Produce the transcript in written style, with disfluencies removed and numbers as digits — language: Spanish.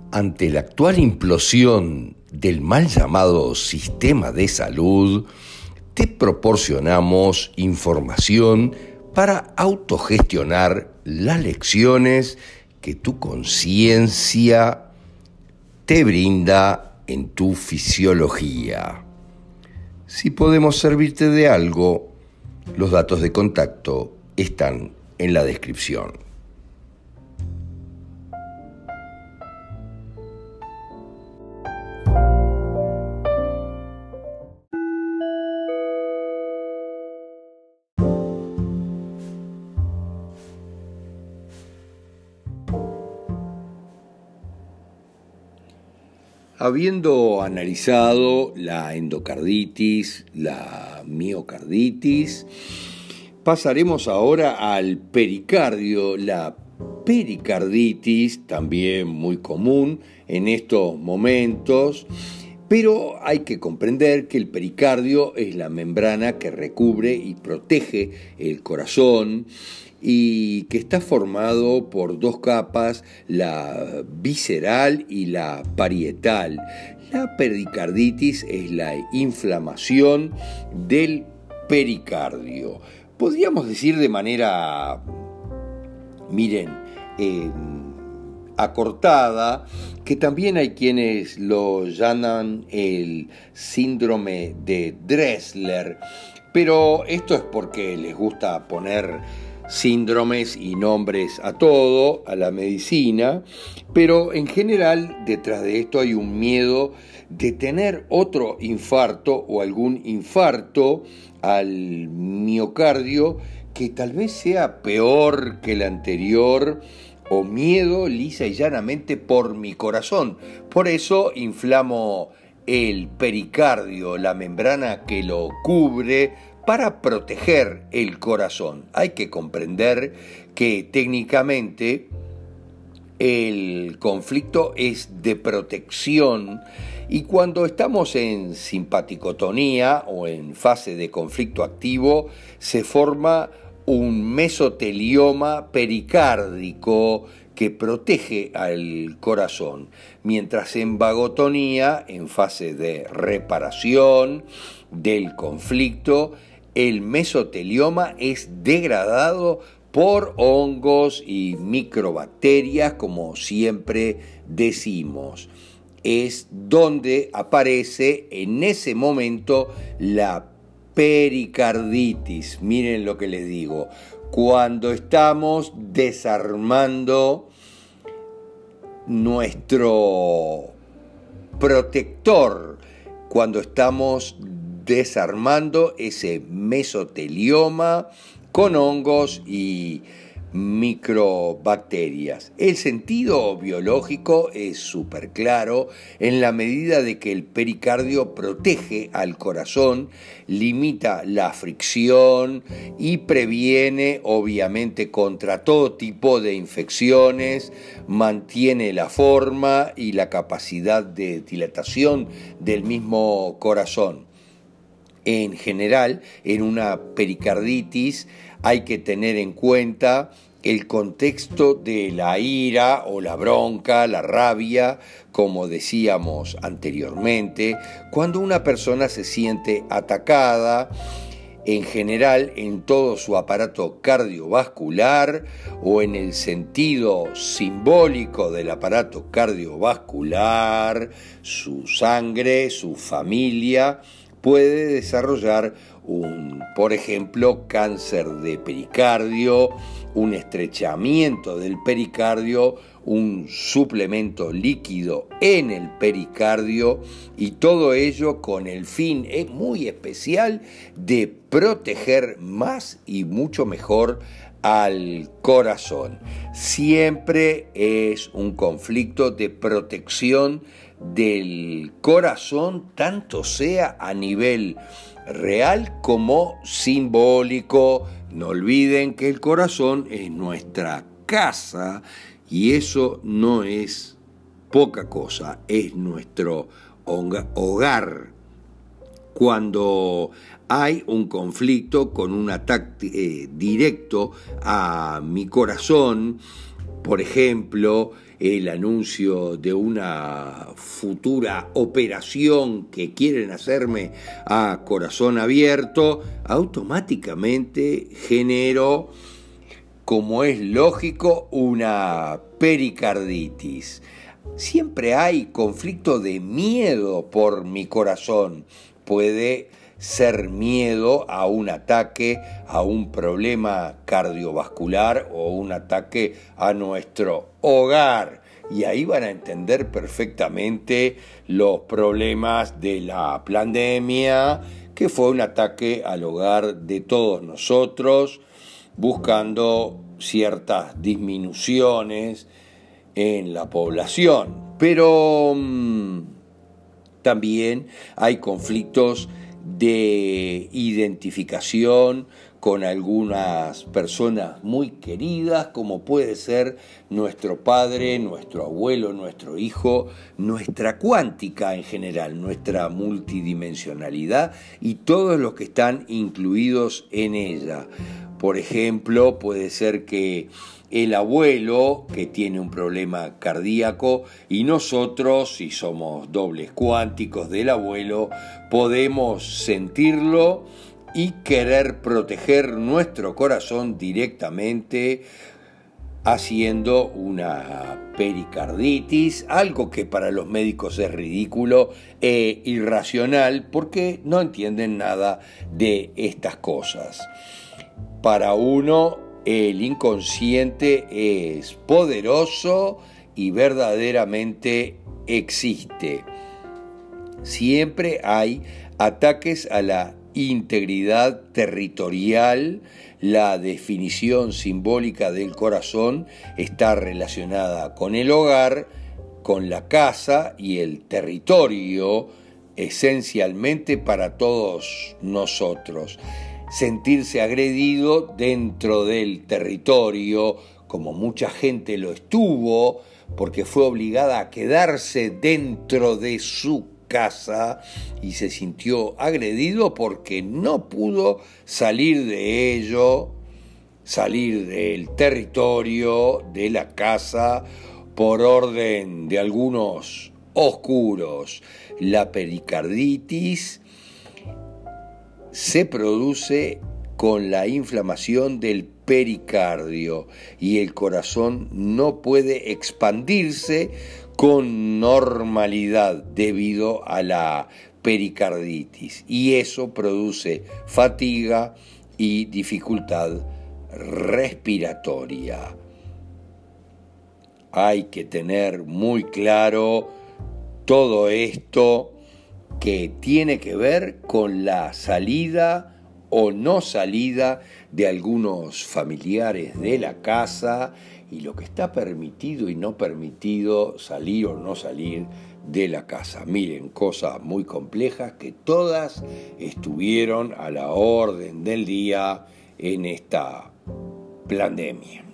Ante la actual implosión del mal llamado sistema de salud, te proporcionamos información para autogestionar las lecciones que tu conciencia te brinda en tu fisiología. Si podemos servirte de algo, los datos de contacto están en la descripción. Habiendo analizado la endocarditis, la miocarditis, pasaremos ahora al pericardio, la pericarditis, también muy común en estos momentos, pero hay que comprender que el pericardio es la membrana que recubre y protege el corazón y que está formado por dos capas, la visceral y la parietal. La pericarditis es la inflamación del pericardio. Podríamos decir de manera, acortada, que también hay quienes lo llaman el síndrome de Dressler, pero esto es porque les gusta poner síndromes y nombres a todo, a la medicina, pero en general detrás de esto hay un miedo de tener otro infarto o algún infarto al miocardio que tal vez sea peor que el anterior, o miedo lisa y llanamente por mi corazón. Por eso inflamo el pericardio, la membrana que lo cubre, para proteger el corazón. Hay que comprender que técnicamente el conflicto es de protección y cuando estamos en simpaticotonía o en fase de conflicto activo se forma un mesotelioma pericárdico que protege al corazón, mientras en vagotonía, en fase de reparación del conflicto, el mesotelioma es degradado por hongos y microbacterias, como siempre decimos. Es donde aparece en ese momento la pericarditis. Miren lo que les digo. Cuando estamos desarmando nuestro protector, cuando estamos desarmando ese mesotelioma con hongos y microbacterias. El sentido biológico es súper claro en la medida de que el pericardio protege al corazón, limita la fricción y previene obviamente contra todo tipo de infecciones, mantiene la forma y la capacidad de dilatación del mismo corazón. En general, en una pericarditis hay que tener en cuenta el contexto de la ira o la bronca, la rabia, como decíamos anteriormente, cuando una persona se siente atacada, en general en todo su aparato cardiovascular o en el sentido simbólico del aparato cardiovascular, su sangre, su familia, puede desarrollar por ejemplo, cáncer de pericardio, un estrechamiento del pericardio, un suplemento líquido en el pericardio y todo ello con el fin muy especial de proteger más y mucho mejor al corazón. Siempre es un conflicto de protección del corazón, tanto sea a nivel real como simbólico. No olviden que el corazón es nuestra casa y eso no es poca cosa, es nuestro hogar. Cuando hay un conflicto con un ataque directo a mi corazón, por ejemplo, el anuncio de una futura operación que quieren hacerme a corazón abierto, automáticamente genero, como es lógico, una pericarditis. Siempre hay conflicto de miedo por mi corazón. Puede ser miedo a un ataque, a un problema cardiovascular o un ataque a nuestro hogar. Y ahí van a entender perfectamente los problemas de la pandemia, que fue un ataque al hogar de todos nosotros, buscando ciertas disminuciones en la población. Pero también hay conflictos de identificación con algunas personas muy queridas, como puede ser nuestro padre, nuestro abuelo, nuestro hijo, nuestra cuántica en general, nuestra multidimensionalidad y todos los que están incluidos en ella. Por ejemplo, puede ser que el abuelo, que tiene un problema cardíaco, y nosotros, si somos dobles cuánticos del abuelo, podemos sentirlo y querer proteger nuestro corazón directamente haciendo una pericarditis, algo que para los médicos es ridículo e irracional porque no entienden nada de estas cosas. Para uno, el inconsciente es poderoso y verdaderamente existe. Siempre hay ataques a la integridad territorial. La definición simbólica del corazón está relacionada con el hogar, con la casa y el territorio, esencialmente para todos nosotros. Sentirse agredido dentro del territorio, como mucha gente lo estuvo, porque fue obligada a quedarse dentro de su casa y se sintió agredido porque no pudo salir de ello, salir del territorio, de la casa, por orden de algunos oscuros. La pericarditis se produce con la inflamación del pericardio y el corazón no puede expandirse con normalidad debido a la pericarditis y eso produce fatiga y dificultad respiratoria. Hay que tener muy claro todo esto que tiene que ver con la salida o no salida de algunos familiares de la casa y lo que está permitido y no permitido salir o no salir de la casa. Miren, cosas muy complejas que todas estuvieron a la orden del día en esta pandemia.